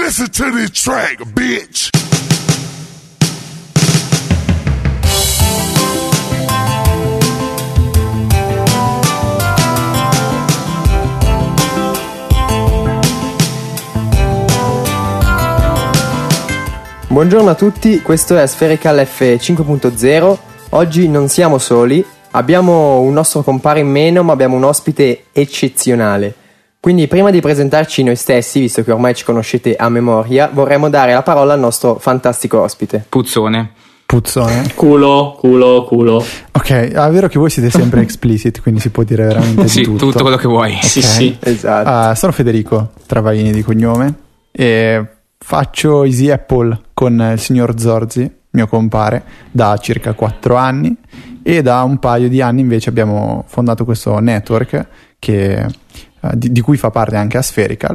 Listen to this track, bitch. Buongiorno a tutti, questo è Spherical F5.0. Oggi non siamo soli, abbiamo un nostro compare in meno, ma abbiamo un ospite eccezionale. Quindi prima di presentarci noi stessi, visto che ormai ci conoscete a memoria, vorremmo dare la parola al nostro fantastico ospite. Puzzone. Culo. Ok, è vero che voi siete sempre explicit, quindi si può dire veramente Sì, di tutto. tutto quello che vuoi. Okay. Sì. Esatto. Sono Federico Travaglini di cognome e faccio Easy Apple con il signor Zorzi, mio compare, da circa 4 anni, e da un paio di anni invece abbiamo fondato questo network che, di cui fa parte anche Aspherical.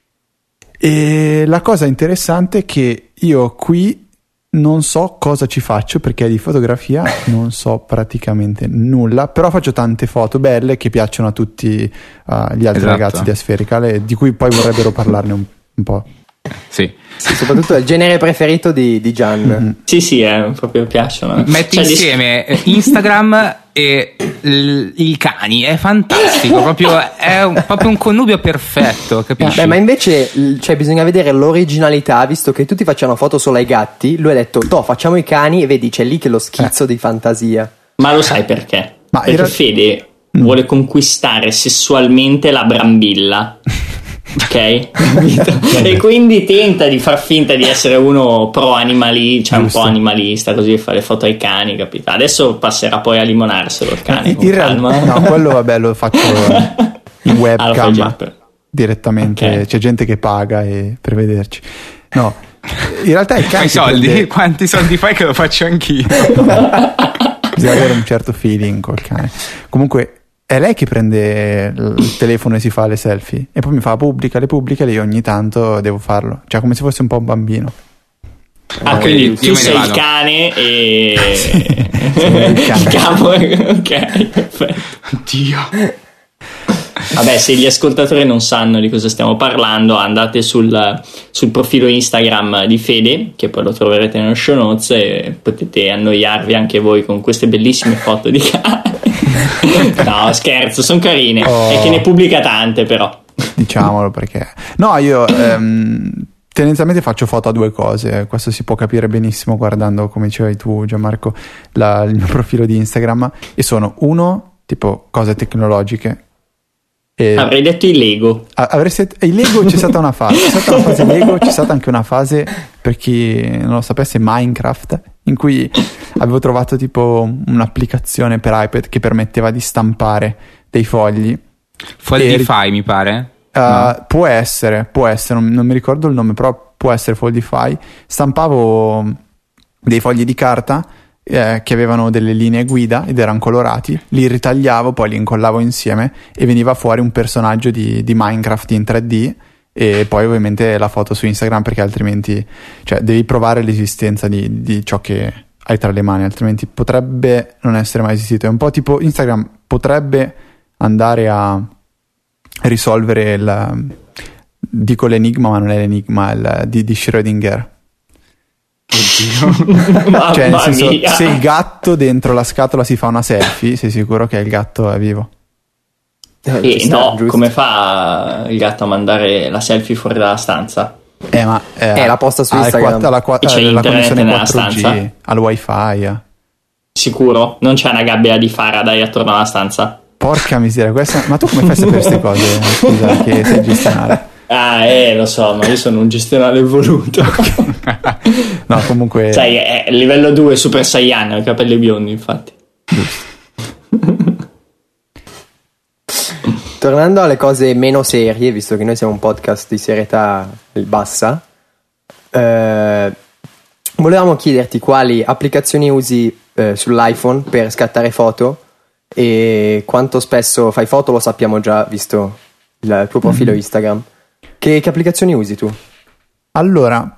E la cosa interessante è che io qui non so cosa ci faccio, perché di fotografia non so praticamente nulla, però faccio tante foto belle che piacciono a tutti gli altri ragazzi di Aspherical e di cui poi vorrebbero parlarne un po'. Sì, soprattutto il genere preferito di Gian. Mm-hmm. Sì, proprio piacciono. metti insieme Instagram e i cani, è fantastico, è proprio un connubio perfetto, capisci? Beh, ma invece bisogna vedere l'originalità, visto che tutti facciano foto solo ai gatti. Lui ha detto, facciamo i cani, e vedi, c'è lì che lo schizzo di fantasia. Ma lo sai perché? Ma perché Fede vuole conquistare sessualmente la brambilla. Ok? E quindi tenta di far finta di essere uno pro animali, cioè Giusto. un po' animalista, così, fa le foto ai cani, capito? Adesso passerà poi a limonarselo il cane. In realtà no, quello vabbè lo faccio in webcam direttamente. Ok. C'è gente che paga per vederci. No, in realtà il cane Fai soldi? prende... Quanti soldi fai che lo faccio anch'io? Bisogna avere un certo feeling col cane. Comunque è lei che prende il telefono e si fa le selfie e poi mi fa pubblica e io ogni tanto devo farlo, cioè come se fosse un po' un bambino. Quindi io tu me ne sei il vado. cane e sono il cane. il capo. Ok, perfetto. Dio. Vabbè, se gli ascoltatori non sanno di cosa stiamo parlando, andate sul profilo Instagram di Fede, che poi lo troverete nello show notes, e potete annoiarvi anche voi con queste bellissime foto di cane. No, scherzo, sono carine. È che ne pubblica tante, però. Diciamolo, perché no, io tendenzialmente faccio foto a 2 cose. Questo si può capire benissimo guardando, come dicevi tu Gianmarco, il mio profilo di Instagram, e sono uno tipo cose tecnologiche. Avrei detto i Lego. I Lego c'è stata una fase Lego, c'è stata anche una fase, per chi non lo sapesse, Minecraft, in cui avevo trovato tipo un'applicazione per iPad che permetteva di stampare dei fogli. Foldify mi pare. No. Può essere, non mi ricordo il nome, però può essere Foldify. Stampavo dei fogli di carta che avevano delle linee guida ed erano colorati, li ritagliavo, poi li incollavo insieme e veniva fuori un personaggio di Minecraft in 3D, e poi ovviamente la foto su Instagram, perché altrimenti devi provare l'esistenza di ciò che hai tra le mani, altrimenti potrebbe non essere mai esistito. È un po' tipo Instagram potrebbe andare a risolvere dico l'enigma, ma non è l'enigma, di Schrödinger. Cioè, nel senso, se il gatto dentro la scatola si fa una selfie, sei sicuro che il gatto è vivo? No, come fa il gatto a mandare la selfie fuori dalla stanza? La posta su Instagram. C'è la internet connessione nella 4G, stanza? al wifi. Sicuro? Non c'è una gabbia di Faraday attorno alla stanza? Porca miseria, ma tu come fai a sapere queste cose? Scusa, che sei gestionale. Lo so, ma io sono un gestionale evoluto. No, comunque sai, è livello 2 Super Saiyan, ho i capelli biondi, infatti. Tornando alle cose meno serie, visto che noi siamo un podcast di serietà bassa, volevamo chiederti quali applicazioni usi sull'iPhone per scattare foto, e quanto spesso fai foto. Lo sappiamo già, visto il tuo profilo Instagram. Che applicazioni usi tu? Allora,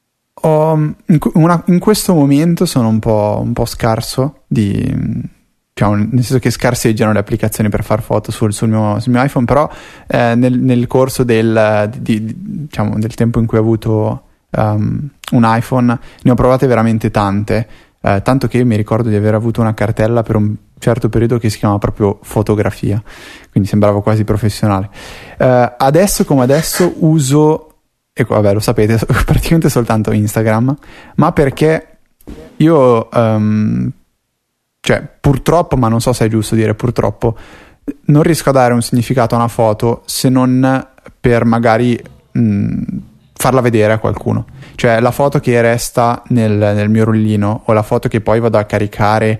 in questo momento sono un po' scarso di diciamo, nel senso che scarseggiano le applicazioni per far foto sul mio iPhone, però nel corso diciamo, del tempo in cui ho avuto un iPhone ne ho provate veramente tante, tanto che mi ricordo di aver avuto una cartella per un certo periodo che si chiamava proprio fotografia, quindi sembrava quasi professionale. Adesso come adesso uso, e vabbè lo sapete, praticamente soltanto Instagram, ma perché io cioè purtroppo, ma non so se è giusto dire purtroppo, non riesco a dare un significato a una foto se non per magari farla vedere a qualcuno. Cioè la foto che resta nel mio rullino o la foto che poi vado a caricare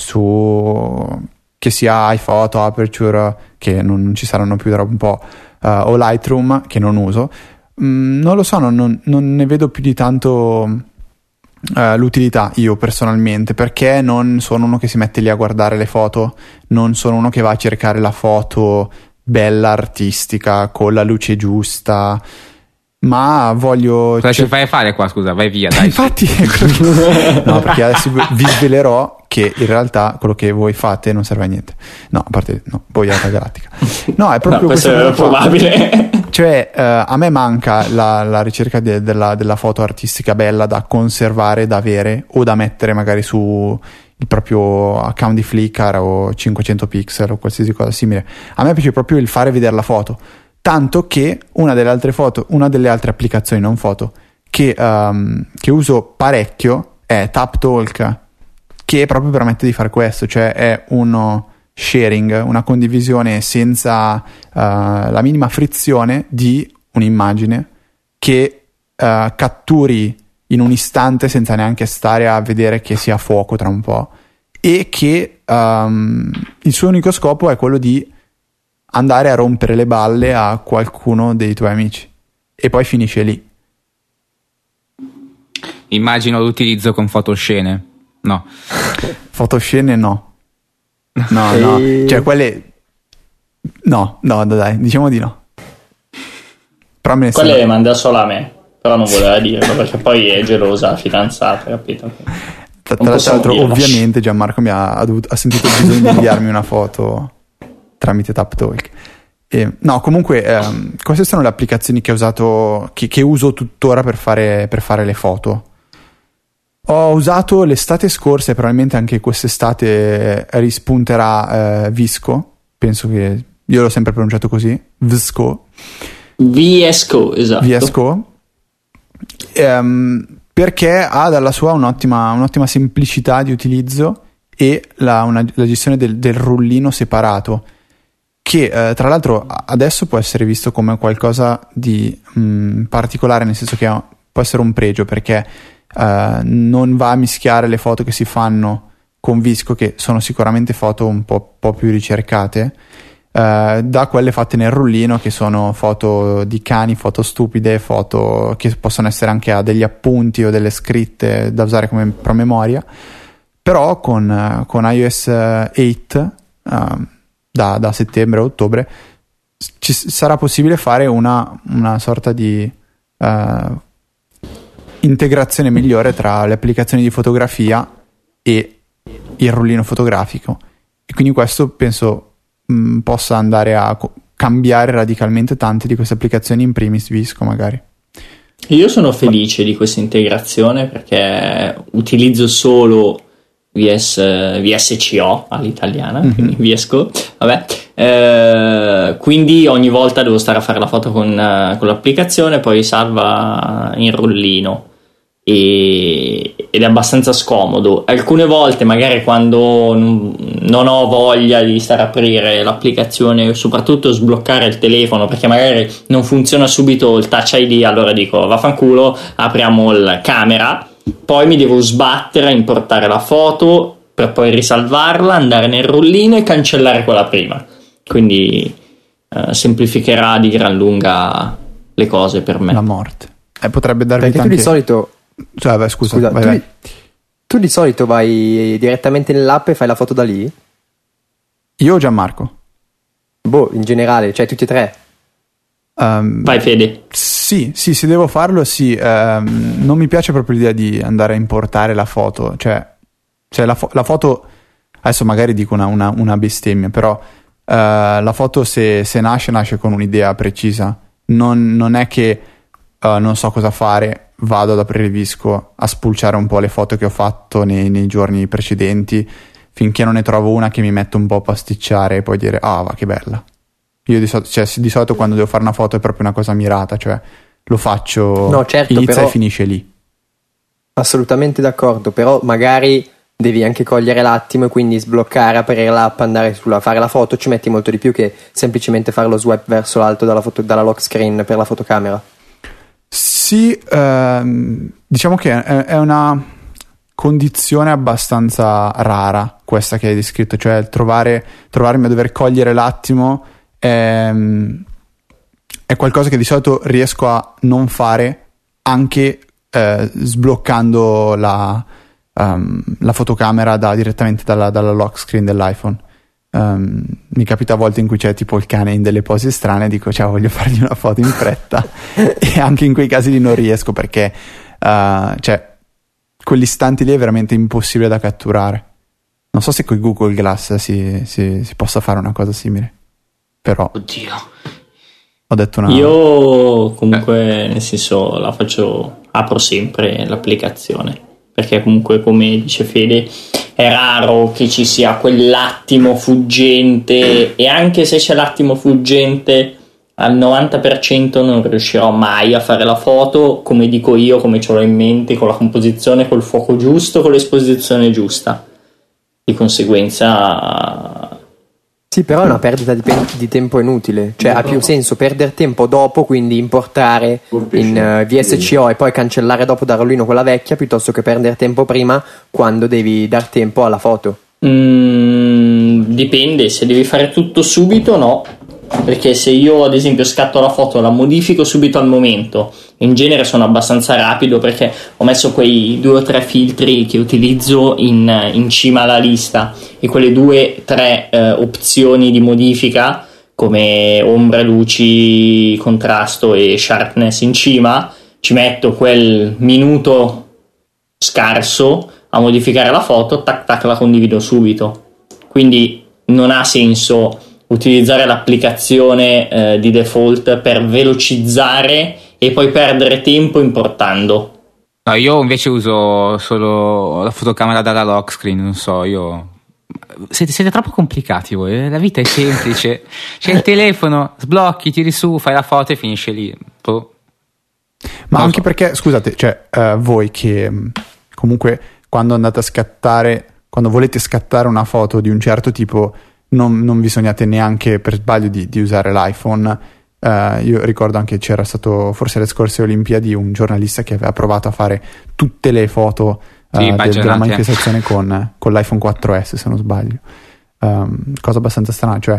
che sia iPhoto, Aperture, che non ci saranno più da un po', o Lightroom, che non uso, non lo so, non ne vedo più di tanto l'utilità io personalmente, perché non sono uno che si mette lì a guardare le foto, non sono uno che va a cercare la foto bella, artistica, con la luce giusta, ma voglio... Cosa ci fai a fare qua, scusa, vai via, dai. Infatti no, perché adesso vi svelerò che in realtà quello che voi fate non serve a niente. No, a parte Boiata Galattica. No, è proprio questo è probabile. Cioè a me manca la ricerca della foto artistica bella da conservare, da avere o da mettere magari su il proprio account di Flickr o 500 pixel o qualsiasi cosa simile. A me piace proprio il fare vedere la foto, tanto che una delle altre applicazioni non foto che uso parecchio è TapTalk, che proprio permette di fare questo, cioè è uno sharing, una condivisione senza la minima frizione di un'immagine che catturi in un istante senza neanche stare a vedere che sia a fuoco tra un po', e che il suo unico scopo è quello di andare a rompere le balle a qualcuno dei tuoi amici e poi finisce lì. Immagino l'utilizzo con fotoscene. No. Fotoscene no, cioè quelle no, dai, diciamo di no. Però me ne quelle le manda solo a me, però non voleva dirlo perché poi è gelosa la fidanzata, capito? Tra l'altro ovviamente Gianmarco ha sentito il bisogno di inviarmi una foto tramite TapTalk. No, comunque queste sono le applicazioni che ho usato, che uso tuttora per fare le foto. Ho usato l'estate scorsa e probabilmente anche quest'estate rispunterà Visco, penso che io l'ho sempre pronunciato così, VSCO, esatto. VSCO, perché ha dalla sua un'ottima semplicità di utilizzo e la gestione del rullino separato, che tra l'altro adesso può essere visto come qualcosa di particolare, nel senso che può essere un pregio, perché non va a mischiare le foto che si fanno con Visco, che sono sicuramente foto un po' più ricercate, da quelle fatte nel rullino, che sono foto di cani, foto stupide, foto che possono essere anche a degli appunti o delle scritte da usare come promemoria. Però con iOS 8 da settembre a ottobre ci sarà possibile fare una sorta di integrazione migliore tra le applicazioni di fotografia e il rullino fotografico, e quindi questo penso possa andare a cambiare radicalmente tante di queste applicazioni, in primis Visco magari. Io sono felice di questa integrazione perché utilizzo solo VSCO all'italiana, quindi Visco, vabbè, quindi ogni volta devo stare a fare la foto con l'applicazione, poi salva in rullino ed è abbastanza scomodo. Alcune volte magari quando non ho voglia di stare a aprire l'applicazione, soprattutto sbloccare il telefono perché magari non funziona subito il Touch ID, allora dico vaffanculo, apriamo il camera, poi mi devo sbattere a importare la foto per poi risalvarla, andare nel rullino e cancellare quella prima, quindi semplificherà di gran lunga le cose per me. La morte potrebbe darvi perché tante... tu di solito scusa vai. Tu di solito vai direttamente nell'app e fai la foto da lì? Io o Gianmarco? In generale, cioè tutti e tre. Vai Fede. Sì, se devo farlo sì. Non mi piace proprio l'idea di andare a importare la foto, cioè la foto adesso magari dico una bestemmia, però la foto se nasce con un'idea precisa, non è che non so cosa fare, vado ad aprire il Visco a spulciare un po' le foto che ho fatto nei giorni precedenti finché non ne trovo una che mi mette un po' a pasticciare e poi dire va che bella. Io di solito quando devo fare una foto è proprio una cosa mirata, cioè lo faccio, no, certo, inizia però, e finisce lì. Assolutamente d'accordo, però magari devi anche cogliere l'attimo e quindi sbloccare, aprire l'app, andare fare la foto, ci metti molto di più che semplicemente fare lo swipe verso l'alto dalla lock screen per la fotocamera. Sì, diciamo che è una condizione abbastanza rara questa che hai descritto, cioè trovarmi a dover cogliere l'attimo è qualcosa che di solito riesco a non fare anche sbloccando la fotocamera direttamente dalla lock screen dell'iPhone. Mi capita a volte in cui c'è tipo il cane in delle pose strane e dico ciao, voglio fargli una foto in fretta e anche in quei casi lì non riesco perché cioè quell'istante lì è veramente impossibile da catturare. Non so se con Google Glass si possa fare una cosa simile, però oddio, ho detto io comunque nel senso apro sempre l'applicazione perché comunque, come dice Fede, è raro che ci sia quell'attimo fuggente, e anche se c'è l'attimo fuggente al 90% non riuscirò mai a fare la foto come dico io, come ce l'ho in mente, con la composizione, col fuoco giusto, con l'esposizione giusta. Di conseguenza sì, però è una perdita di tempo inutile, cioè ha più senso perdere tempo dopo, quindi importare in VSCO e poi cancellare dopo da rollino quella vecchia, piuttosto che perdere tempo prima quando devi dar tempo alla foto. Dipende, se devi fare tutto subito no, perché se io ad esempio scatto la foto, la modifico subito al momento, in genere sono abbastanza rapido perché ho messo quei 2 o 3 filtri che utilizzo in cima alla lista, e quelle 2 o 3 opzioni di modifica come ombre, luci, contrasto e sharpness in cima, ci metto quel minuto scarso a modificare la foto, tac tac, la condivido subito. Quindi non ha senso utilizzare l'applicazione di default per velocizzare e poi perdere tempo importando. No, io invece uso solo la fotocamera dalla lock screen, non so, io... Siete troppo complicati voi, la vita è semplice, c'è il telefono, sblocchi, tiri su, fai la foto e finisce lì. Ma anche perché, scusate, cioè voi che comunque quando andate a scattare, quando volete scattare una foto di un certo tipo, non vi sognate neanche per sbaglio di usare l'iPhone. Io ricordo anche c'era stato forse alle scorse Olimpiadi un giornalista che aveva provato a fare tutte le foto della manifestazione con l'iPhone 4S, se non sbaglio. Cosa abbastanza strana, cioè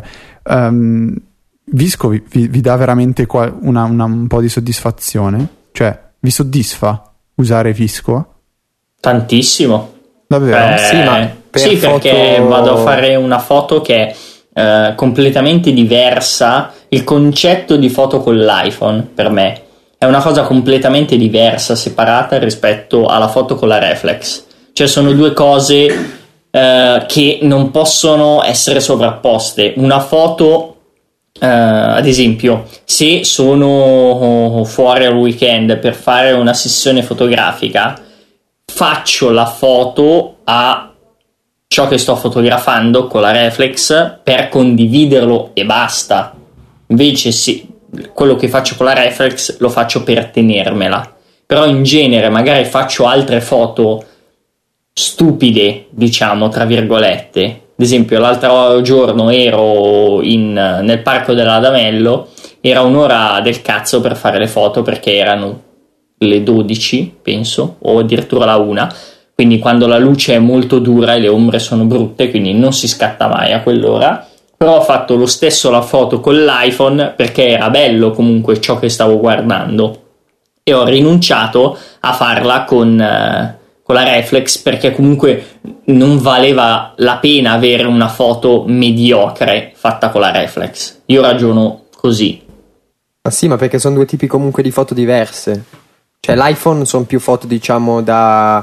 Visco vi dà veramente un po' di soddisfazione, cioè vi soddisfa usare Visco? Tantissimo. Davvero? Sì, ma perché vado a fare una foto che è completamente diversa. Il concetto di foto con l'iPhone per me è una cosa completamente diversa, separata rispetto alla foto con la reflex. Cioè sono 2 cose che non possono essere sovrapposte. Una foto ad esempio, se sono fuori al weekend per fare una sessione fotografica, faccio la foto a ciò che sto fotografando con la reflex per condividerlo e basta. Invece quello che faccio con la reflex lo faccio per tenermela. Però in genere magari faccio altre foto stupide, diciamo tra virgolette. Ad esempio l'altro giorno ero nel parco dell'Adamello, era un'ora del cazzo per fare le foto perché erano le 12 penso, o addirittura la 1, quindi quando la luce è molto dura e le ombre sono brutte, quindi non si scatta mai a quell'ora. Però ho fatto lo stesso la foto con l'iPhone perché era bello comunque ciò che stavo guardando, e ho rinunciato a farla con la reflex perché comunque non valeva la pena avere una foto mediocre fatta con la reflex. Io ragiono così. Ma sì, ma perché sono 2 tipi comunque di foto diverse. Cioè l'iPhone sono più foto diciamo da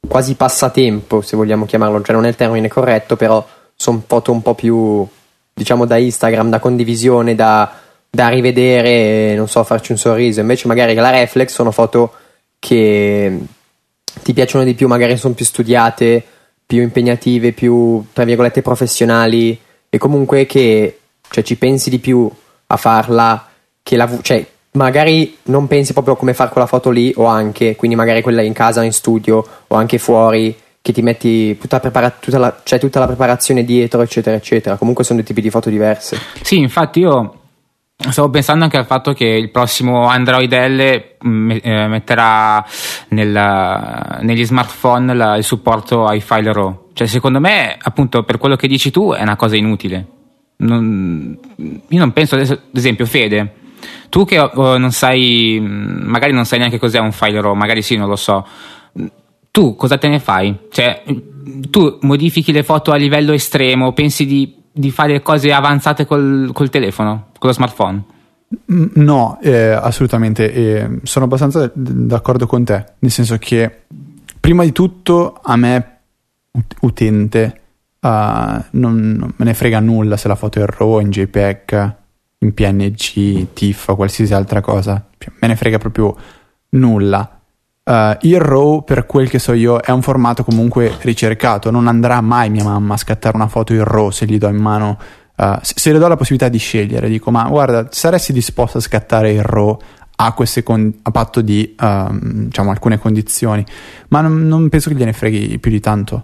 quasi passatempo, se vogliamo chiamarlo, cioè non è il termine corretto, però sono foto un po' più, diciamo, da Instagram, da condivisione, da rivedere, non so, farci un sorriso. Invece magari la reflex sono foto che ti piacciono di più, magari sono più studiate, più impegnative, più tra virgolette professionali, e comunque che, cioè, ci pensi di più a farla, che cioè magari non pensi proprio come fare quella foto lì, o anche, quindi magari quella in casa, in studio o anche fuori, che ti metti tutta la preparazione dietro, eccetera eccetera. Comunque sono due tipi di foto diverse. Sì, infatti io stavo pensando anche al fatto che il prossimo Android L metterà negli smartphone il supporto ai file RAW. Cioè, secondo me, appunto, per quello che dici tu, è una cosa inutile. Io non penso, ad esempio, Fede, tu che non sai, magari non sai neanche cos'è un file RAW, magari sì, non lo so. Tu cosa te ne fai? Cioè, tu modifichi le foto a livello estremo, pensi di fare cose avanzate col telefono, con lo smartphone? No, assolutamente. Sono abbastanza d'accordo con te, nel senso che prima di tutto a me, utente, non me ne frega nulla se la foto è in RAW, in JPEG, in PNG, TIFF, qualsiasi altra cosa. Cioè, me ne frega proprio nulla. Il RAW, per quel che so io, è un formato comunque ricercato. Non andrà mai mia mamma a scattare una foto in RAW se gli do in mano, se le do la possibilità di scegliere. Dico, ma guarda, saresti disposto a scattare il RAW a patto di diciamo alcune condizioni, ma non penso che gliene freghi più di tanto.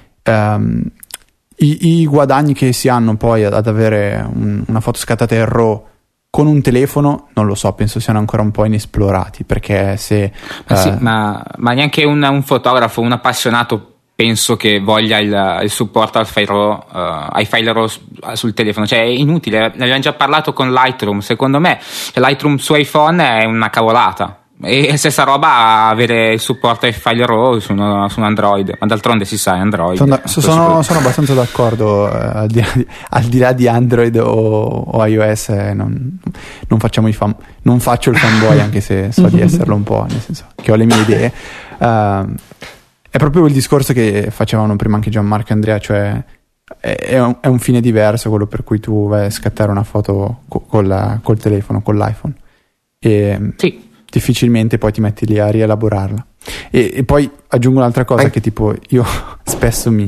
I guadagni che si hanno poi ad avere una foto scattata in RAW con un telefono, non lo so, penso siano ancora un po' inesplorati, perché se... ma neanche un fotografo, un appassionato, penso che voglia il supporto ai file RAW sul telefono. Cioè, è inutile, ne abbiamo già parlato con Lightroom. Secondo me Lightroom su iPhone è una cavolata, e stessa roba avere il supporto ai file RAW su un Android, ma d'altronde si sa, è Android. Sono abbastanza d'accordo, al di là di Android o iOS, non faccio il fanboy, anche se so di esserlo un po', nel senso che ho le mie idee. È proprio il discorso che facevano prima anche Gianmarco e Andrea, cioè è un fine diverso quello per cui tu vai a scattare una foto col telefono, con l'iPhone, e sì, difficilmente poi ti metti lì a rielaborarla. E poi aggiungo un'altra cosa, che tipo io spesso mi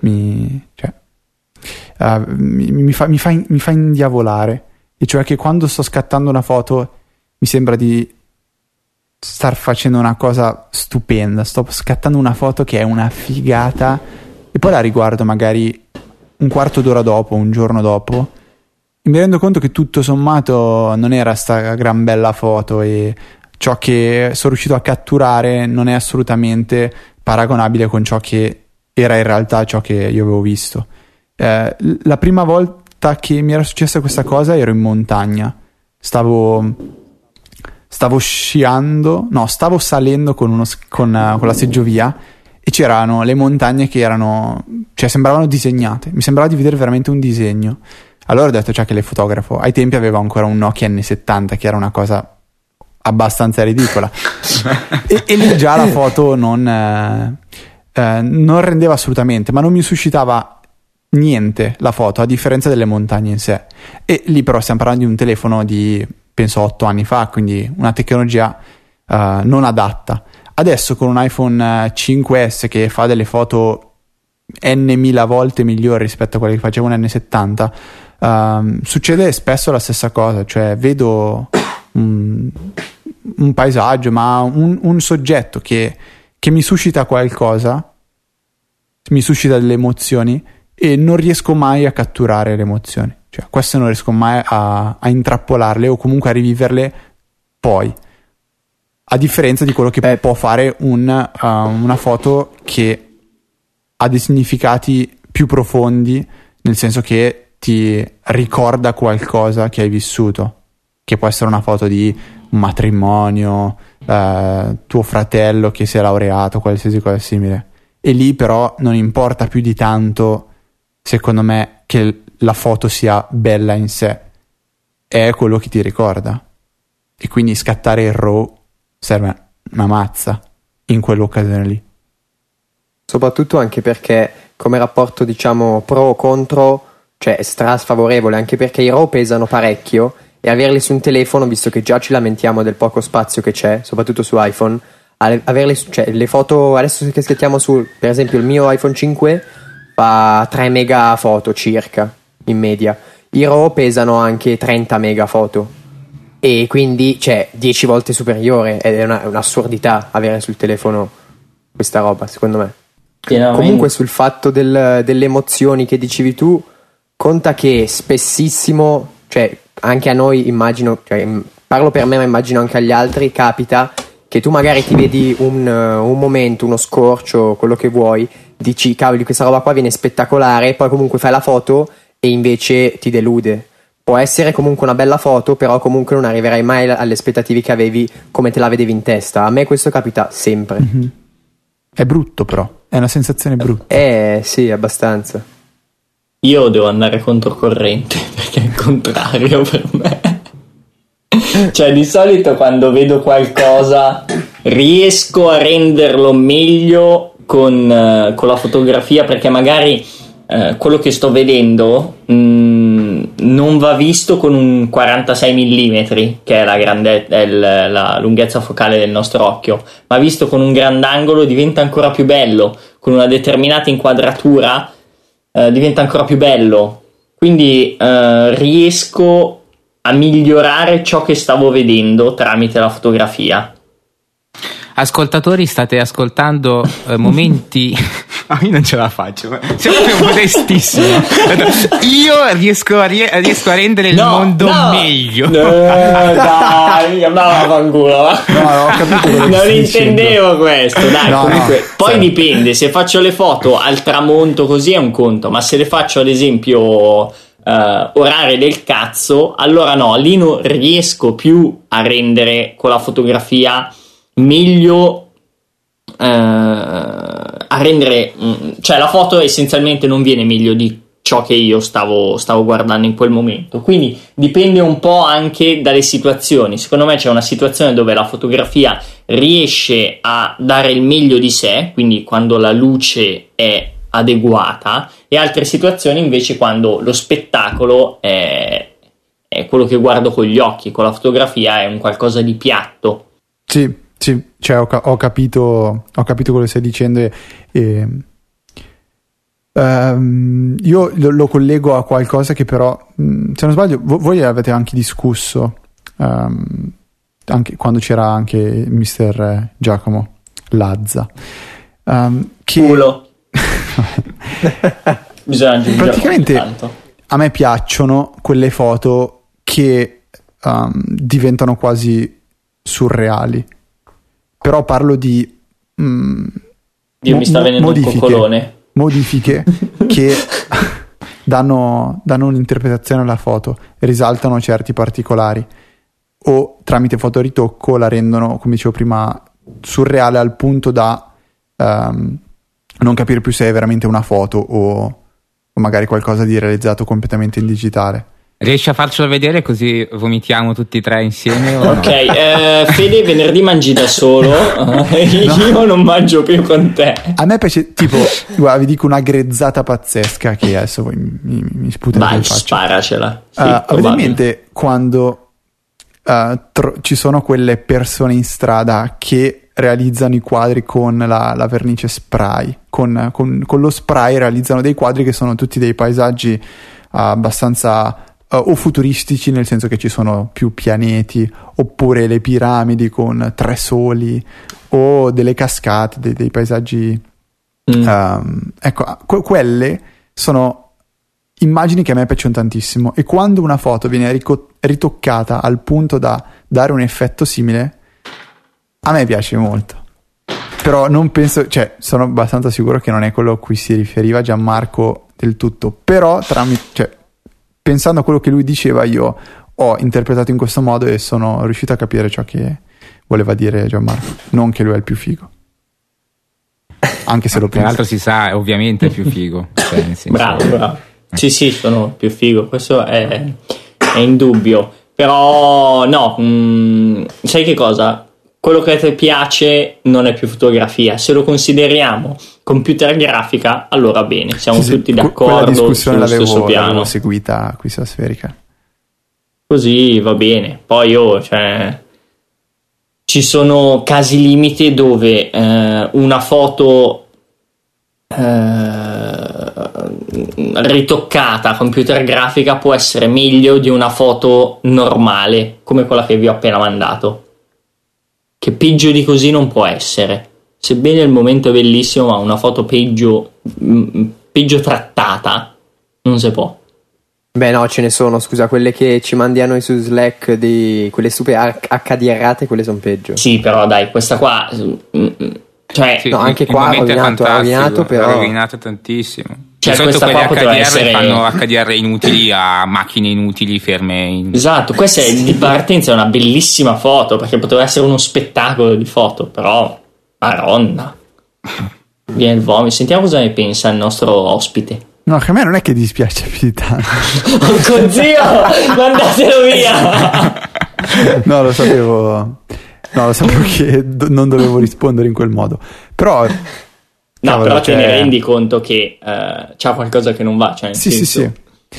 fa indiavolare, e cioè che quando sto scattando una foto mi sembra di star facendo una cosa stupenda, sto scattando una foto che è una figata, e poi la riguardo magari un quarto d'ora dopo, un giorno dopo, e mi rendo conto che tutto sommato non era sta gran bella foto, e ciò che sono riuscito a catturare non è assolutamente paragonabile con ciò che era in realtà ciò che io avevo visto. La prima volta che mi era successa questa cosa ero in montagna, stavo salendo con la seggiovia, e c'erano le montagne che sembravano disegnate, mi sembrava di vedere veramente un disegno. Allora ho detto, che le fotografo. Ai tempi avevo ancora un Nokia N70, che era una cosa abbastanza ridicola, e lì già la foto non rendeva assolutamente, ma non mi suscitava niente la foto, a differenza delle montagne in sé. E lì però stiamo parlando di un telefono di penso 8 anni fa, quindi una tecnologia non adatta. Adesso con un iPhone 5S che fa delle foto n.000 volte migliori rispetto a quelle che faceva un N70, succede spesso la stessa cosa, cioè vedo un paesaggio, ma un soggetto che mi suscita qualcosa, mi suscita delle emozioni, e non riesco mai a catturare le emozioni, cioè queste non riesco mai a intrappolarle o comunque a riviverle poi, a differenza di quello che può fare una foto che ha dei significati più profondi, nel senso che ti ricorda qualcosa che hai vissuto, che può essere una foto di un matrimonio, tuo fratello che si è laureato, qualsiasi cosa simile. E lì però non importa più di tanto, secondo me, che la foto sia bella in sé, è quello che ti ricorda, e quindi scattare il RAW serve una mazza in quell'occasione lì. soprattutto anche perché come rapporto diciamo pro o contro, cioè è sfavorevole, anche perché i RAW pesano parecchio e averli su un telefono, visto che già ci lamentiamo del poco spazio che c'è, soprattutto su iPhone, averli cioè le foto, adesso che schiettiamo su, per esempio il mio iPhone 5 fa 3 mega foto circa in media, i RAW pesano anche 30 mega foto e quindi c'è 10 volte superiore ed è un'assurdità avere sul telefono questa roba, secondo me. Comunque sul fatto delle emozioni che dicevi tu, conta che spessissimo, cioè anche a noi immagino, cioè, parlo per me ma immagino anche agli altri, capita che tu magari ti vedi un momento, uno scorcio, quello che vuoi, dici cavoli questa roba qua viene spettacolare, poi comunque fai la foto e invece ti delude. Può essere comunque una bella foto, però comunque non arriverai mai alle aspettative che avevi come te la vedevi in testa. A me questo capita sempre. Mm-hmm. È brutto però, è una sensazione brutta. Sì, abbastanza. Io devo andare controcorrente perché è il contrario per me. Cioè di solito quando vedo qualcosa riesco a renderlo meglio con la fotografia, perché magari quello che sto vedendo non va visto con un 46 mm, che è la lunghezza focale del nostro occhio, ma visto con un grandangolo diventa ancora più bello, con una determinata inquadratura diventa ancora più bello, quindi riesco a migliorare ciò che stavo vedendo tramite la fotografia. Ascoltatori, state ascoltando momenti. Io non ce la faccio, siamo proprio modestissimo. Io riesco a rendere il mondo meglio. Dai, vaffanculo. Ho capito non intendevo questo. Dai, comunque. Poi sì. Dipende, se faccio le foto al tramonto così è un conto, ma se le faccio ad esempio orare del cazzo, allora no, lì non riesco più a rendere con la fotografia meglio, a rendere, cioè la foto essenzialmente non viene meglio di ciò che io stavo guardando in quel momento, quindi dipende un po' anche dalle situazioni. Secondo me c'è una situazione dove la fotografia riesce a dare il meglio di sé, quindi quando la luce è adeguata, e altre situazioni invece quando lo spettacolo è quello che guardo con gli occhi, con la fotografia è un qualcosa di piatto. Sì, cioè ho capito quello che stai dicendo io lo collego a qualcosa che però, se non sbaglio, voi avete anche discusso anche quando c'era anche Mr. Giacomo Lazza, che culo. Bisogna praticamente tanto. A me piacciono quelle foto che diventano quasi surreali, però parlo di Dio mi sta venendo un coccolone. Modifiche che danno un'interpretazione alla foto, risaltano certi particolari o tramite fotoritocco la rendono, come dicevo prima, surreale al punto da non capire più se è veramente una foto o magari qualcosa di realizzato completamente in digitale. Riesci a farcelo vedere così vomitiamo tutti e tre insieme? O ok, no? Fede, venerdì mangi da solo, io non mangio più con te. A me piace, tipo, guarda, vi dico una grezzata pazzesca che adesso voi mi sputate in faccia. Sparacela. Sì, avete in mente quando ci sono quelle persone in strada che realizzano i quadri con la vernice spray, con lo spray realizzano dei quadri che sono tutti dei paesaggi abbastanza o futuristici, nel senso che ci sono più pianeti, oppure le piramidi con 3 soli, o delle cascate, dei paesaggi ecco, quelle sono immagini che a me piacciono tantissimo, e quando una foto viene ritoccata al punto da dare un effetto simile, a me piace molto. Però non penso, cioè sono abbastanza sicuro che non è quello a cui si riferiva Gianmarco del tutto, però pensando a quello che lui diceva, io ho interpretato in questo modo e sono riuscito a capire ciò che voleva dire Gianmarco. Non che lui è il più figo, anche se lo penso. Tra l'altro si sa, ovviamente è più figo. Cioè, nel senso... Bravo. Sì, sono più figo, questo è indubbio. Però no, sai che cosa? quello che ti piace non è più fotografia. Se lo consideriamo computer grafica, allora bene, siamo tutti d'accordo sullo stesso piano. L'avevo seguita qui su Sferica. Così va bene. Poi ci sono casi limite dove una foto ritoccata a computer grafica può essere meglio di una foto normale come quella che vi ho appena mandato, che peggio di così non può essere, sebbene il momento è bellissimo, ma una foto peggio trattata non si può. Beh no, ce ne sono, scusa, quelle che ci mandi a noi su Slack, quelle super HDRate, quelle sono peggio. Sì, però dai, questa qua cioè sì, no, anche qua ha rovinato, però ha rovinato tantissimo. Cioè, di questa solito qua quelle HDR essere... fanno HDR inutili a macchine inutili ferme esatto, questa è di partenza, è una bellissima foto, perché poteva essere uno spettacolo di foto, però Maronna, viene il vomito. Sentiamo cosa ne pensa il nostro ospite. No, che a me non è che dispiace più di tanto. Porco zio, mandatelo via. No, lo sapevo che non dovevo rispondere in quel modo. Però no, però te ne rendi conto che c'ha qualcosa che non va, cioè nel senso...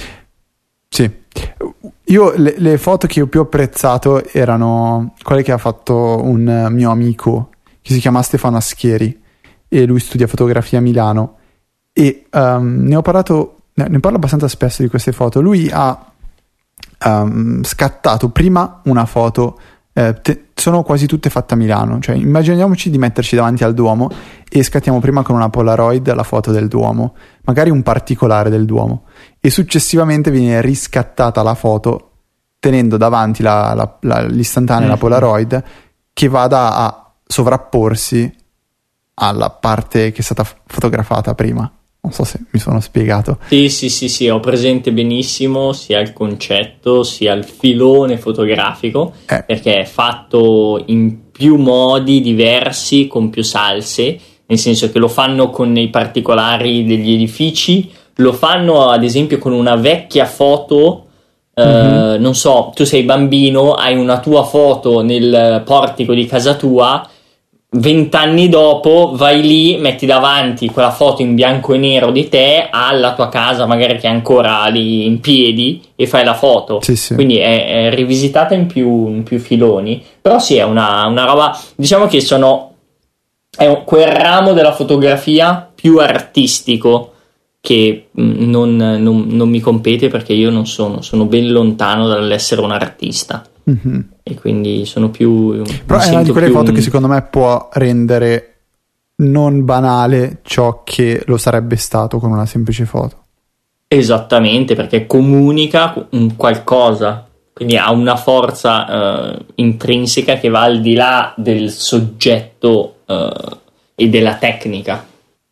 Sì. Io le foto che ho più apprezzato erano quelle che ha fatto un mio amico che si chiama Stefano Aschieri, e lui studia fotografia a Milano, e ne parlo abbastanza spesso di queste foto. Lui ha scattato prima una foto, sono quasi tutte fatte a Milano, cioè immaginiamoci di metterci davanti al Duomo e scattiamo prima con una Polaroid la foto del Duomo, magari un particolare del Duomo, e successivamente viene riscattata la foto tenendo davanti l'istantanea, la Polaroid, che vada a sovrapporsi alla parte che è stata fotografata prima. Non so se mi sono spiegato. Sì, ho presente benissimo sia il concetto sia il filone fotografico, perché è fatto in più modi diversi, con più salse, nel senso che lo fanno con i particolari degli edifici, lo fanno ad esempio con una vecchia foto, non so, tu sei bambino, hai una tua foto nel portico di casa tua, 20 anni dopo vai lì, metti davanti quella foto in bianco e nero di te alla tua casa, magari che è ancora lì in piedi, e fai la foto. Sì. Quindi è rivisitata in più filoni, però sì, è una roba, diciamo che è quel ramo della fotografia più artistico che non mi compete, perché io non sono ben lontano dall'essere un artista. E quindi sono più... Però è una di quelle foto che secondo me può rendere non banale ciò che lo sarebbe stato con una semplice foto. Esattamente, perché comunica un qualcosa, quindi ha una forza intrinseca che va al di là del soggetto e della tecnica.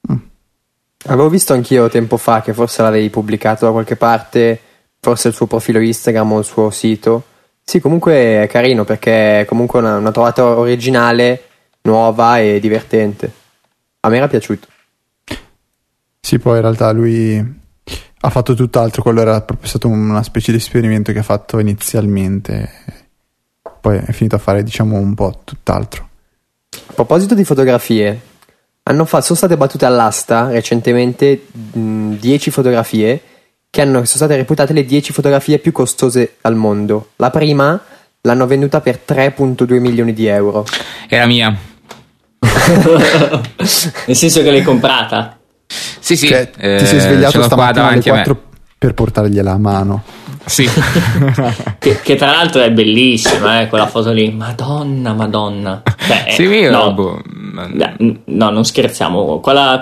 Avevo visto anch'io tempo fa che forse l'avevi pubblicato da qualche parte, forse il suo profilo Instagram o il suo sito. Sì, comunque è carino, perché è comunque una trovata originale, nuova e divertente. A me era piaciuto. Sì, poi in realtà lui ha fatto tutt'altro, quello era proprio stato una specie di esperimento che ha fatto inizialmente, poi è finito a fare, diciamo, un po' tutt'altro. A proposito di fotografie, sono state battute all'asta recentemente 10 fotografie che sono state reputate le 10 fotografie più costose al mondo. La prima l'hanno venduta per 3,2 milioni di euro. Era mia. Nel senso che l'hai comprata? Sì. Cioè, ti sei svegliato stamattina alle 4 per portargliela a mano. Sì. che tra l'altro è bellissima, quella foto lì. Madonna. Cioè, sì, no, non scherziamo. Quella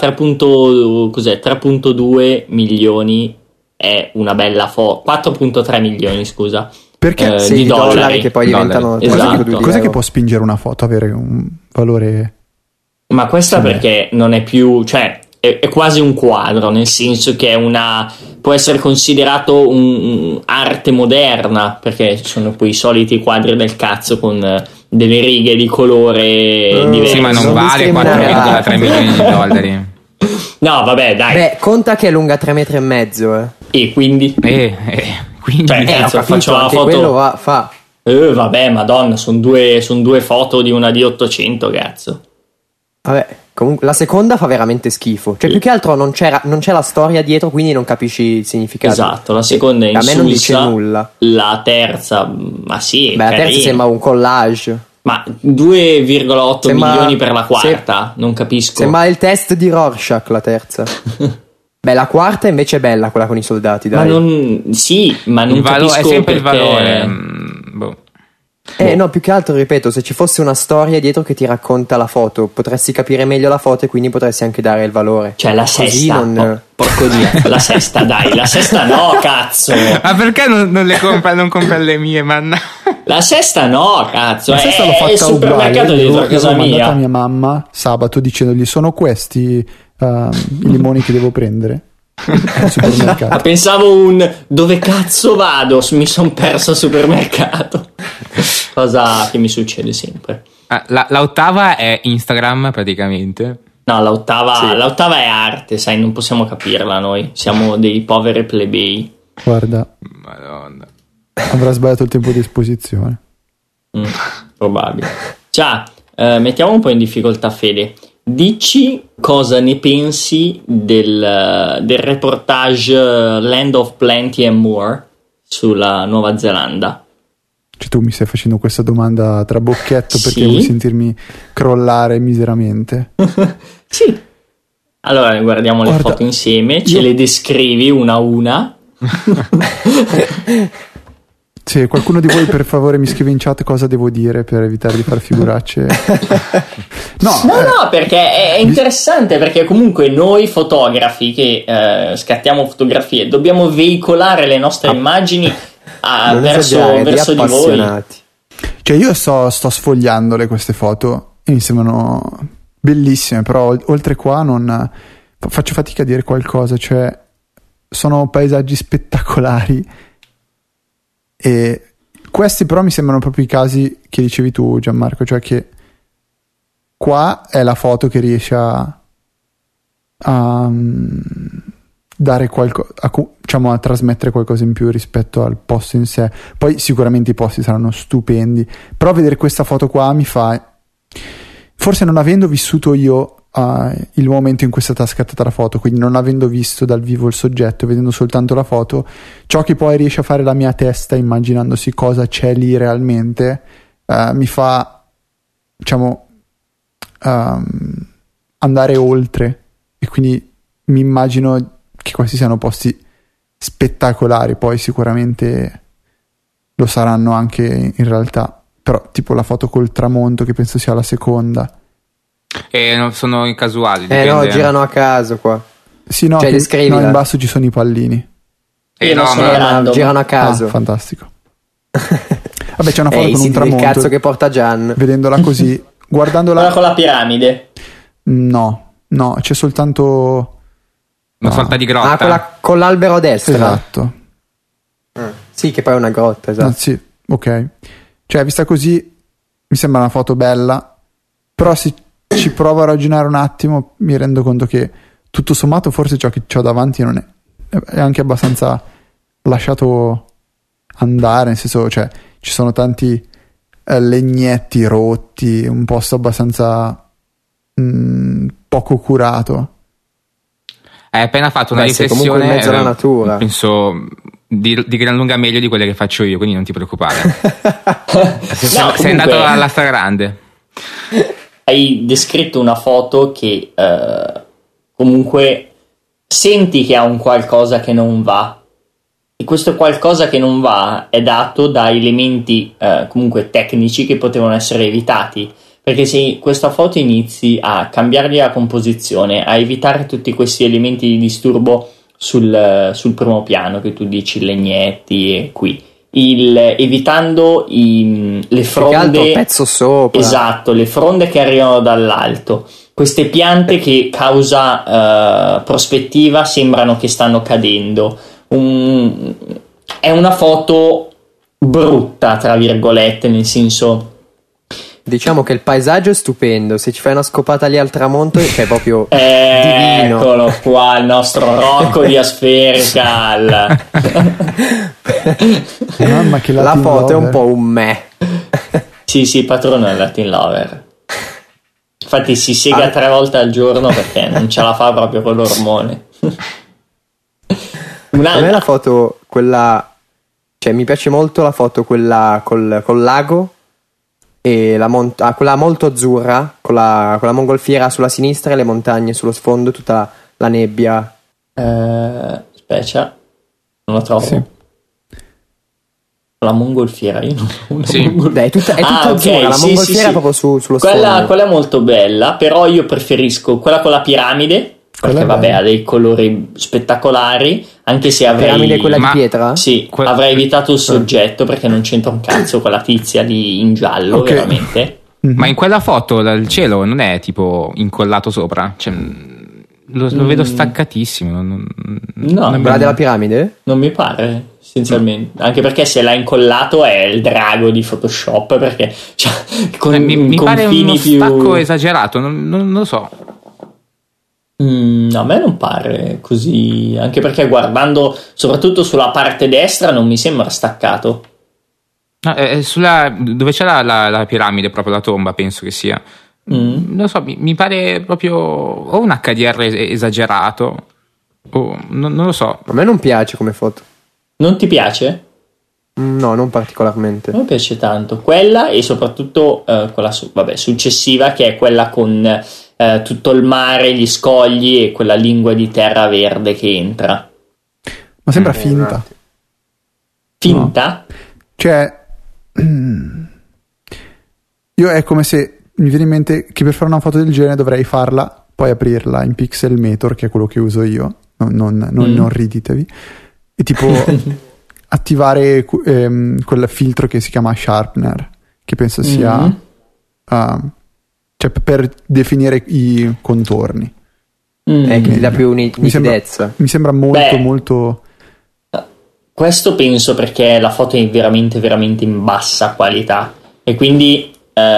3.2 milioni è una bella foto. 4.3 milioni, scusa. Perché di dollari che poi diventano esatto. Cos'è che può spingere una foto a avere un valore? Ma questa perché non è più, cioè è quasi un quadro, nel senso che può essere considerato arte moderna, perché sono quei soliti quadri del cazzo con delle righe di colore diverse. Sì, ma non vale 4,3 milioni di dollari. No, vabbè, dai. Beh, conta che è lunga 3,5 metri. E quindi? Quindi Cioè, facciamo la foto. fa Vabbè, madonna, sono due foto di una D800, cazzo. Vabbè, comunque la seconda fa veramente schifo. Cioè, più che altro non c'è la storia dietro, quindi non capisci il significato. Esatto, la seconda è a insulsa. me non dice nulla. La terza, ma sì, Beh, la terza sembra un collage. Ma 2,8 milioni per la quarta, non capisco. Sembra il test di Rorschach, la terza. Beh, la quarta invece è bella, quella con i soldati, dai. Ma non capisco è sempre il perché... valore. Boh. No, più che altro, ripeto, se ci fosse una storia dietro che ti racconta la foto, potresti capire meglio la foto e quindi potresti anche dare il valore. Cioè la Così sesta, porco Dio, la sesta, dai, la sesta no, cazzo. Ma perché non compra le mie, manna? La sesta no, cazzo. La sesta l'ho fatta il supermercato uguale. dietro casa L'ho mandata mia. a mia mamma sabato dicendogli: sono questi i limoni che devo prendere al supermercato. Pensavo dove cazzo vado? Mi son perso al supermercato. Cosa che mi succede sempre. La ottava è Instagram praticamente. No, l'ottava è arte, sai, non possiamo capirla noi. Siamo dei poveri plebei. Guarda, Madonna. avrà sbagliato il tempo di esposizione. Probabile. Già, mettiamo un po' in difficoltà Fede. Dici cosa ne pensi del reportage Land of Plenty and More sulla Nuova Zelanda. Cioè, tu mi stai facendo questa domanda tra bocchetto perché Sì. vuoi sentirmi crollare miseramente? Sì. Allora guardiamo le Guarda, foto insieme, ce io- le descrivi una a una. Se qualcuno di voi per favore mi scrive in chat cosa devo dire per evitare di far figuracce. No, Perché è interessante, perché comunque noi fotografi che scattiamo fotografie dobbiamo veicolare le nostre immagini Non verso esagerare, di voi. appassionati. cioè io sto sfogliandole queste foto e mi sembrano bellissime, però oltre qua non faccio fatica a dire qualcosa, cioè sono paesaggi spettacolari e questi però mi sembrano proprio i casi che dicevi tu, Gianmarco, cioè che qua è la foto che riesce a dare qualcosa, diciamo, a trasmettere qualcosa in più rispetto al posto in sé. Poi sicuramente i posti saranno stupendi, però vedere questa foto qua mi fa, forse non avendo vissuto io il momento in cui è stata scattata la foto, quindi non avendo visto dal vivo il soggetto, vedendo soltanto la foto, ciò che poi riesce a fare la mia testa immaginandosi cosa c'è lì realmente, mi fa, diciamo, andare oltre, e quindi mi immagino che questi siano posti spettacolari. Poi sicuramente lo saranno anche in realtà, però tipo la foto col tramonto, che penso sia la seconda. Non sono casuali. No, dipende. girano a caso qua. Sì, no, Cioè, che, descrivila. no, in basso ci sono i pallini. Io non no, sono ma- random. Girano a caso. Ah, fantastico. Vabbè, c'è una foto I con un siti del tramonto, cazzo che porta Gian. vedendola così, guardandola, Quella con la piramide. no, c'è soltanto Una sorta di grotta. Ah, quella con l'albero a destra. esatto. Sì, che poi è una grotta, esatto. Ah, sì, ok. Cioè, vista così mi sembra una foto bella, però se ci provo a ragionare un attimo mi rendo conto che tutto sommato forse ciò che ho davanti non è anche abbastanza lasciato andare, nel senso, cioè ci sono tanti legnetti rotti, un posto abbastanza poco curato. Hai appena fatto una Beh, sei comunque riflessione. in mezzo alla natura. Penso di gran lunga meglio di quelle che faccio io, quindi non ti preoccupare. sei comunque- andato alla stragrande. Hai descritto una foto che comunque senti che ha un qualcosa che non va, e questo qualcosa che non va è dato da elementi comunque tecnici che potevano essere evitati, perché se questa foto inizi a cambiargli la composizione, a evitare tutti questi elementi di disturbo sul primo piano che tu dici, legnetti e qui, evitando le Più che altro fronde, pezzo sopra. esatto, le fronde che arrivano dall'alto, queste piante che causa prospettiva sembrano che stanno cadendo. È una foto brutta, tra virgolette, nel senso diciamo che il paesaggio è stupendo. Se ci fai una scopata lì al tramonto, è proprio divino. Eccolo qua, il nostro Rocco di Aspherical. Mamma che La Latin foto è un lover. po' un me. Sì, patrono è Latin Lover. Infatti si sega 3 volte al giorno perché non ce la fa proprio con l'ormone. A me la foto, quella, cioè mi piace molto la foto quella col lago e quella molto azzurra con la mongolfiera sulla sinistra e le montagne sullo sfondo, tutta la nebbia. Specie, non lo trovo. Sì. La mongolfiera, io non ho una Sì. mongolfiera. Beh, è tutta Ah, azzurra, ok, la sì, mongolfiera sì, è proprio sullo sfondo. Quella è molto bella, però io preferisco quella con la piramide, Quella perché è vabbè bella. ha dei colori spettacolari, anche se avrei... Piramide quella Ma- di pietra? Sì, Que- avrei evitato il soggetto perché non c'entra un cazzo con la tizia lì in giallo, Ok. veramente. Ma in quella foto il cielo non è tipo incollato sopra? Cioè, lo vedo staccatissimo. No, non Quella della piramide? non mi pare, essenzialmente. Anche perché se l'ha incollato è il drago di Photoshop, perché cioè, con mi pare confini uno più... stacco esagerato, non lo so. A me non pare così, anche perché guardando soprattutto sulla parte destra non mi sembra staccato. No, dove c'è la piramide, proprio la tomba, penso che sia. Non lo so, mi pare proprio o un HDR esagerato, o non lo so. A me non piace come foto. Non ti piace? No, non particolarmente. A me piace tanto quella e soprattutto quella successiva, che è quella con tutto il mare, gli scogli e quella lingua di terra verde che entra. Ma sembra finta. Finta? Cioè, io è come se mi viene in mente che per fare una foto del genere dovrei farla, poi aprirla in Pixelmator, che è quello che uso io, non riditevi, e tipo attivare quel filtro che si chiama Sharpener, che penso sia cioè per definire i contorni. Che ti dà più Mi nitidezza. sembra molto Beh. molto... Questo penso perché la foto è veramente veramente in bassa qualità e quindi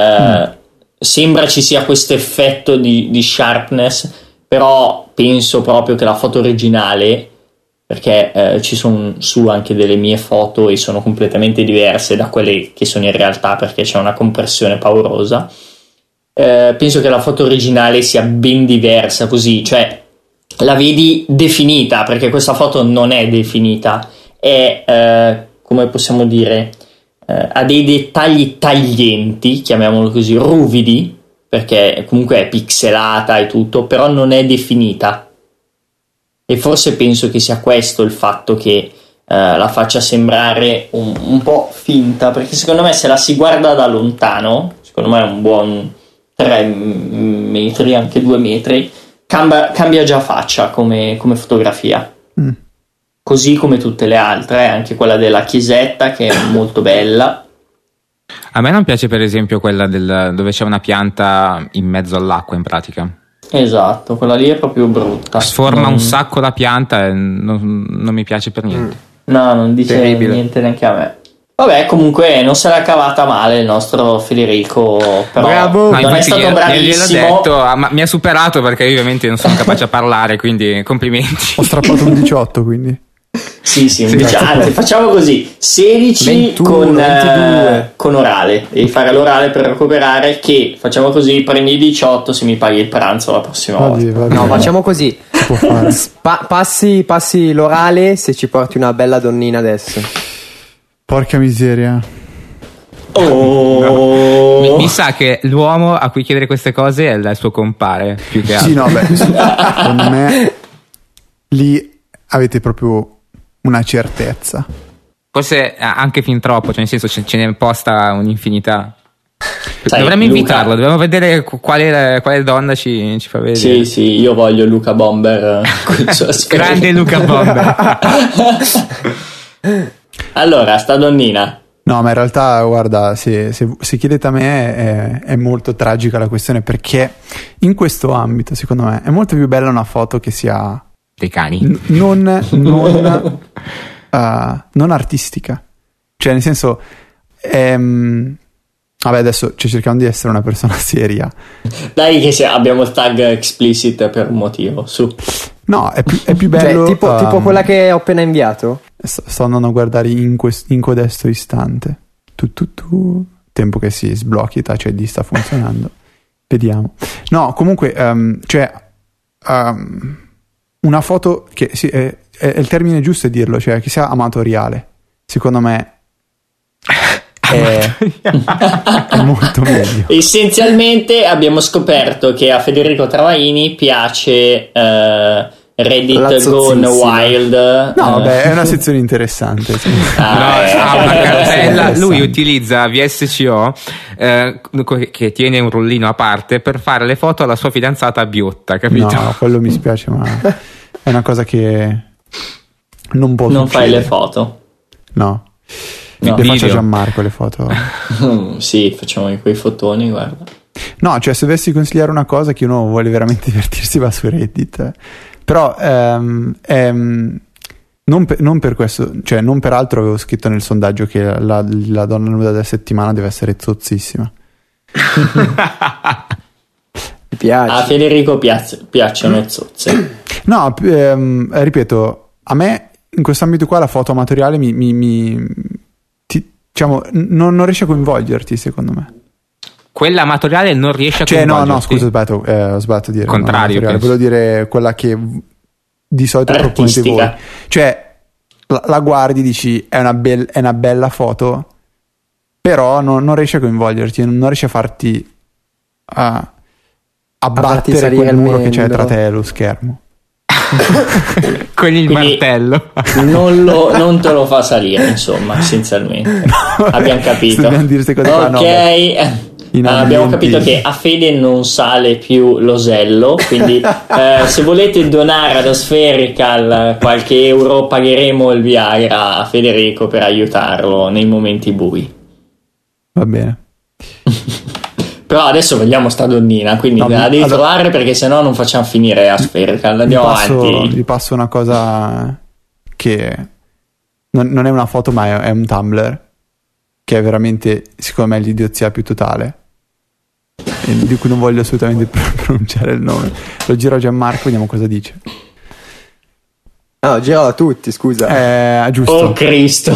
sembra ci sia questo effetto di sharpness, però penso proprio che la foto originale, perché ci sono su anche delle mie foto e sono completamente diverse da quelle che sono in realtà perché c'è una compressione paurosa, penso che la foto originale sia ben diversa così, cioè la vedi definita, perché questa foto non è definita, è come possiamo dire, ha dei dettagli taglienti, chiamiamolo così, ruvidi, perché comunque è pixelata e tutto, però non è definita, e forse penso che sia questo il fatto che la faccia sembrare un po' finta, perché secondo me se la si guarda da lontano, secondo me è un buon 3 metri, anche 2 metri, cambia già faccia come fotografia. Così come tutte le altre, anche quella della chiesetta che è molto bella. A me non piace per esempio quella dove c'è una pianta in mezzo all'acqua, in pratica. Esatto, quella lì è proprio brutta. Sforma un sacco la pianta e non mi piace per niente. No, non dice Terribile. niente neanche a me. Vabbè, comunque non se l'ha cavata male il nostro Federico, però Bravo. No, non è infatti stato gliel'ho bravissimo. detto, mi ha superato perché io ovviamente non sono capace a parlare, quindi complimenti. Ho strappato un 18, quindi... Sì, anzi, facciamo così: 16 21, 22. con orale. Devi fare l'orale per recuperare. Che facciamo così: prendi i 18 se mi paghi il pranzo la prossima volta. No, facciamo così. può fare. Passi l'orale se ci porti una bella donnina adesso. Porca miseria. Oh. Mi sa che l'uomo a cui chiedere queste cose è il suo compare, più che altro. Sì, no, beh, secondo me lì avete proprio una certezza. Forse anche fin troppo, cioè nel senso ce ne posta un'infinità. Sai, Dovremmo Luca- invitarlo, dobbiamo vedere quale donna ci fa vedere. Sì, io voglio Luca Bomber con il suo aspetto. Grande Luca Bomber. Allora, sta donnina. No, ma in realtà, guarda, se chiedete a me è molto tragica la questione, perché in questo ambito, secondo me, è molto più bella una foto che sia Dei cani. non artistica. Cioè, nel senso, a Vabbè, adesso cerchiamo di essere una persona seria. Dai che abbiamo il tag explicit per un motivo, su. No, è più bello. Cioè, tipo quella che ho appena inviato? Sto andando a guardare in codesto istante. Tempo che si sblocchi, Touch ID sta funzionando. Vediamo. No, comunque, una foto che è il termine giusto è dirlo, cioè che sia amatoriale. Secondo me è molto meglio. Essenzialmente abbiamo scoperto che a Federico Travaini piace Reddit Gone Wild. No, vabbè, è una sezione interessante. Sì. Una cartella. Lui utilizza VSCO che tiene un rullino a parte per fare le foto alla sua fidanzata biotta, capito? No, quello mi spiace, ma è una cosa che non può Non succedere. fai le foto? No. No. Le faccio a Gianmarco le foto. Sì, facciamo quei fotoni, guarda. No, cioè se dovessi consigliare una cosa che uno vuole veramente divertirsi va su Reddit. Però non per questo, cioè non per altro avevo scritto nel sondaggio che la donna nuda della settimana deve essere zozzissima. Mi piace. A Federico piacciono le zozze. No, ripeto, a me in questo ambito qua la foto amatoriale diciamo, non riesce a coinvolgerti, secondo me. Quella amatoriale non riesce a coinvolgerti. No, scusa, ho sbagliato a dire. Contrario, volevo dire quella che di solito proponete voi. Cioè, la guardi, dici è una bella foto, però non riesce a coinvolgerti, non riesce a farti abbattere quel muro che c'è tra te e lo schermo. Con il martello. Non te lo fa salire, insomma, essenzialmente. Abbiamo capito. Dobbiamo dire queste cose qua, ok. Abbiamo capito che a Fede non sale più l'osello, quindi se volete donare ad Aspherical qualche euro pagheremo il Viagra a Federico per aiutarlo nei momenti bui. Va bene. Però adesso vogliamo sta donnina, quindi la devi trovare, perché sennò non facciamo finire Aspherical. Andiamo avanti. Vi passo una cosa che non è una foto, ma è un Tumblr, che è veramente, secondo me, l'idiozia più totale, di cui non voglio assolutamente pronunciare il nome. Lo giro a Gianmarco, vediamo cosa dice. No, giro a tutti, scusa. Giusto. Oh Cristo.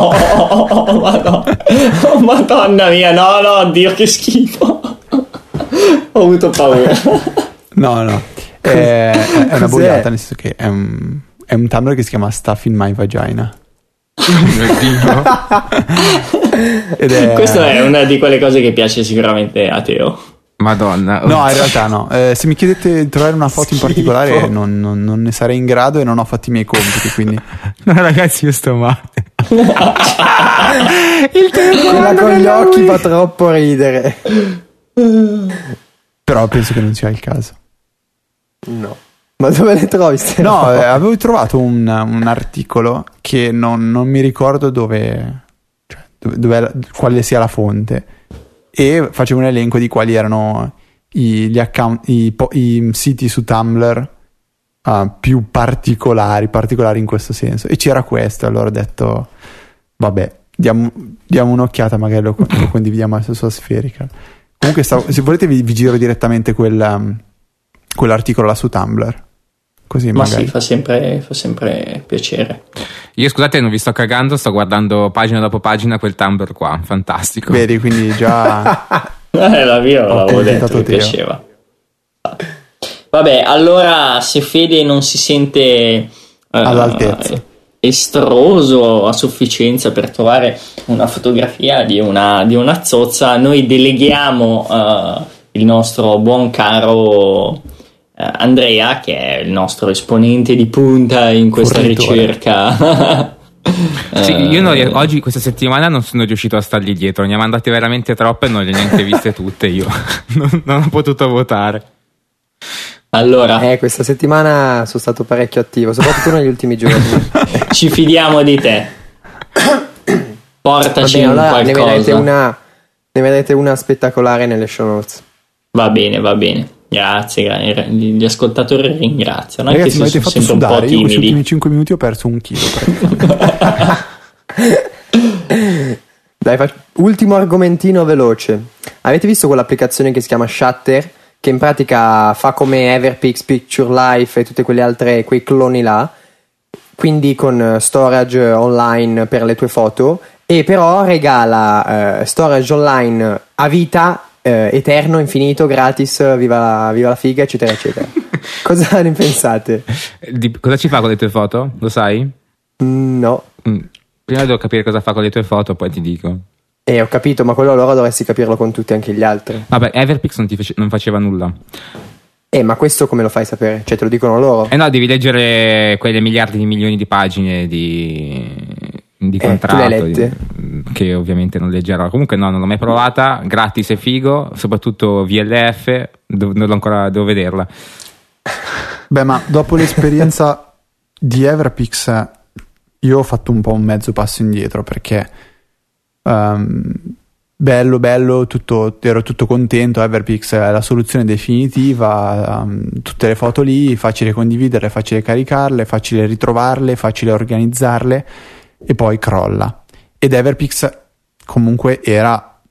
Oh, Madonna mia, no, Dio, che schifo. Ho avuto paura. No, è una boiata, nel senso che è un Tumblr che si chiama Stuff in My Vagina. Questa è una di quelle cose che piace sicuramente a Teo. Madonna. No, in realtà no. Se mi chiedete di trovare una foto in particolare non ne sarei in grado e non ho fatto i miei compiti, quindi no, ragazzi, io sto male. Il telefono con gli occhi fa troppo ridere. Però penso che non sia il caso. No. Ma dove le trovi? No, avevo trovato un articolo che non mi ricordo dove quale sia la fonte, e facevo un elenco di quali erano gli account, i siti su Tumblr più particolari in questo senso, e c'era questo. Allora ho detto vabbè, diamo un'occhiata, magari lo condividiamo adesso su Aspherical. Comunque se volete vi giro direttamente quell'articolo là su Tumblr, così ma magari. sì, fa sempre piacere. Io, scusate, non vi sto cagando, sto guardando pagina dopo pagina quel Tumblr qua, fantastico. Vedi, quindi già la mia l'avevo detto, mi piaceva. Vabbè, allora, se Fede non si sente all'altezza, estroso a sufficienza per trovare una fotografia di una zozza, noi deleghiamo il nostro buon caro Andrea, che è il nostro esponente di punta in questa ricerca. Sì, io oggi, questa settimana, non sono riuscito a stargli dietro, ne ha mandate veramente troppe e non le ho neanche viste tutte. Io non ho potuto votare. Allora, questa settimana sono stato parecchio attivo, soprattutto negli ultimi giorni. Ci fidiamo di te. Portaci qualcosa. Ne vedrete una spettacolare nelle show notes. Va bene. Grazie, gli ascoltatori ringraziano. Ragazzi, mi avete fatto sudare. Io questi ultimi 5 minuti ho perso 1 chilo. Dai, ultimo argomentino veloce. Avete visto quell'applicazione che si chiama Shutter, che in pratica fa come Everpix, Picture Life e tutte quelle altre, quei cloni là, quindi con storage online per le tue foto, e però regala storage online a vita, eterno, infinito, gratis, viva la figa, eccetera eccetera. Cosa ne pensate? Cosa ci fa con le tue foto? Lo sai? No. Prima devo capire cosa fa con le tue foto, poi ti dico. Ho capito, ma quello allora dovresti capirlo con tutti anche gli altri. Vabbè, Everpix non faceva nulla. Ma questo come lo fai sapere? Cioè, te lo dicono loro? No, devi leggere quelle miliardi di milioni di pagine di contratto. Tu le hai lette? Che ovviamente non leggerò. Comunque no, non l'ho mai provata. Gratis e figo, soprattutto VLF, devo vederla. Beh, ma dopo l'esperienza di Everpix io ho fatto un po' un mezzo passo indietro, perché bello, ero tutto contento. Everpix è la soluzione definitiva, tutte le foto lì, facile condividerle, facile caricarle, facile ritrovarle, facile organizzarle, e poi crolla. Ed Everpix comunque era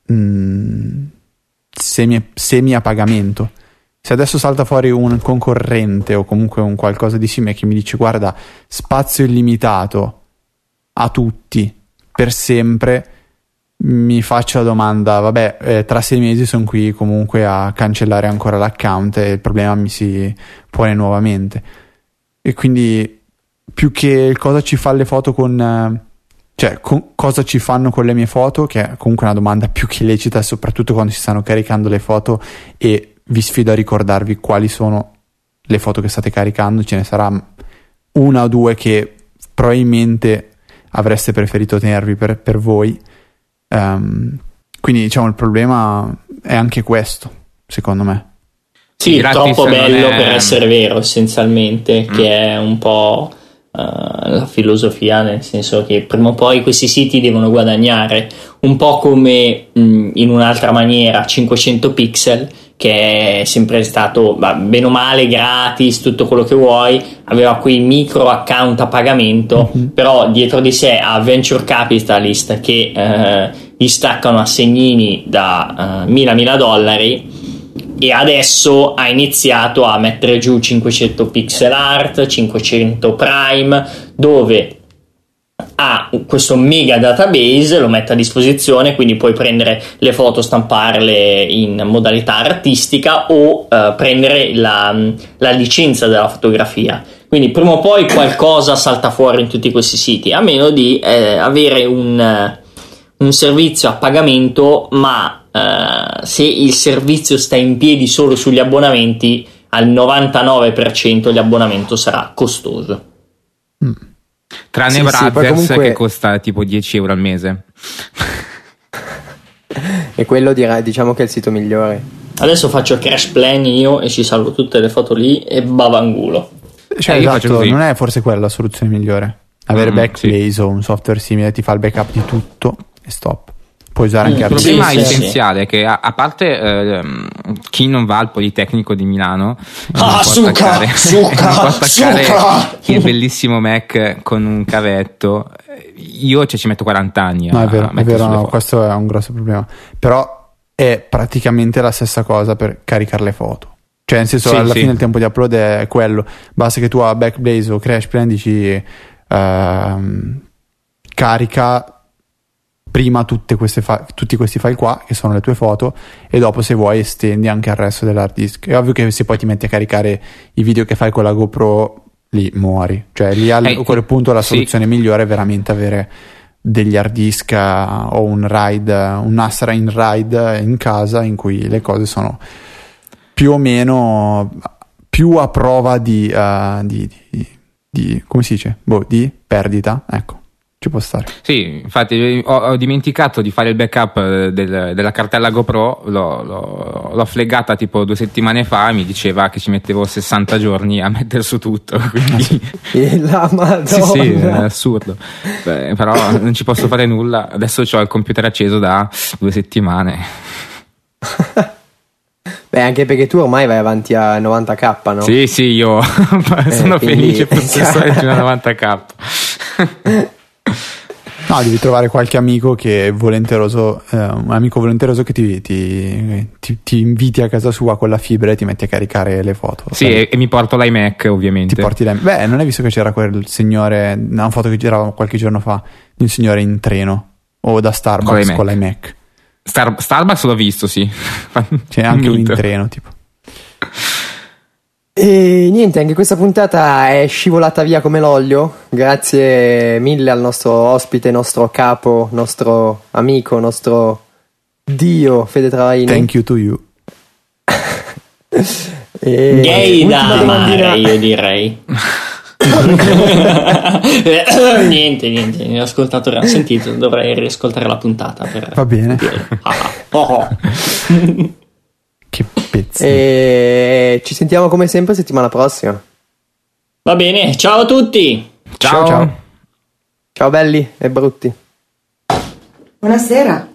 semi a pagamento. Se adesso salta fuori un concorrente o comunque un qualcosa di simile che mi dice guarda, spazio illimitato a tutti per sempre, mi faccio la domanda, vabbè, tra 6 mesi sono qui comunque a cancellare ancora l'account e il problema mi si pone nuovamente. E quindi più che cosa ci fa le foto cosa ci fanno con le mie foto, che è comunque una domanda più che lecita, soprattutto quando si stanno caricando le foto, e vi sfido a ricordarvi quali sono le foto che state caricando. Ce ne sarà una o due che probabilmente avreste preferito tenervi per voi. Quindi diciamo il problema è anche questo, secondo me. Sì, Gratis troppo bello è... per essere vero, essenzialmente, che è un po' la filosofia, nel senso che prima o poi questi siti devono guadagnare, un po' come in un'altra maniera 500 pixel, che è sempre stato bene o male gratis, tutto quello che vuoi, aveva quei micro account a pagamento, però dietro di sé ha venture capitalist che gli staccano assegnini da $1.000, e adesso ha iniziato a mettere giù 500 pixel art, 500 prime, dove ha questo mega database, lo mette a disposizione, quindi puoi prendere le foto, stamparle in modalità artistica o prendere la licenza della fotografia. Quindi prima o poi qualcosa salta fuori in tutti questi siti, a meno di avere un servizio a pagamento, ma se il servizio sta in piedi solo sugli abbonamenti, al 99% l'abbonamento sarà costoso. Tranne Brothers, comunque... che costa tipo €10 al mese. E quello diciamo che è il sito migliore. Adesso faccio crash plan io e ci salvo tutte le foto lì e bavangulo. Cioè, esatto, non è forse quella la soluzione migliore? Avere Backblaze o un software simile ti fa il backup di tutto e stop. Puoi usare anche il problema essenziale è che a parte chi non va al Politecnico di Milano non può attaccare il bellissimo Mac con un cavetto. Io ci metto 40 anni no, è vero no, questo è un grosso problema, però è praticamente la stessa cosa per caricare le foto, cioè nel senso alla fine il tempo di upload è quello, basta che tu a Backblaze o Crashplan dici carica prima tutti questi file qua che sono le tue foto, e dopo se vuoi estendi anche al resto dell'hard disk. È ovvio che se poi ti metti a caricare i video che fai con la GoPro, lì muori, cioè lì a quel punto la soluzione migliore è veramente avere degli hard disk o un NAS in RAID in casa, in cui le cose sono più o meno più a prova di come si dice? Di perdita, ecco. Ci può stare. Sì, infatti ho dimenticato di fare il backup della cartella GoPro, l'ho flaggata tipo 2 settimane fa e mi diceva che ci mettevo 60 giorni a mettere su tutto, quindi... La Madonna! Sì, è assurdo. Beh, però non ci posso fare nulla, adesso ho il computer acceso da 2 settimane. Beh, anche perché tu ormai vai avanti a 90k, no? Sì, io sono felice possessore di una 90k. No, devi trovare qualche amico che è volenteroso, un amico volenteroso che ti inviti a casa sua con la fibra e ti metti a caricare le foto. Sì, e mi porto l'iMac, ovviamente. Ti porti Beh, non hai visto che c'era quel signore, una foto che girava qualche giorno fa, di un signore in treno o da Starbucks con l'iMac. Starbucks l'ho visto, sì. C'è anche un in treno, tipo. E niente, anche questa puntata è scivolata via come l'olio. Grazie mille al nostro ospite, nostro capo, nostro amico, nostro dio Fede Travaini. Thank you to you. Gay da amare, io direi. niente, l'ascoltatore ha sentito, dovrei riascoltare la puntata per va bene. Che pezzi. E ci sentiamo come sempre settimana prossima. Va bene, ciao a tutti. Ciao. Ciao belli e brutti. Buonasera.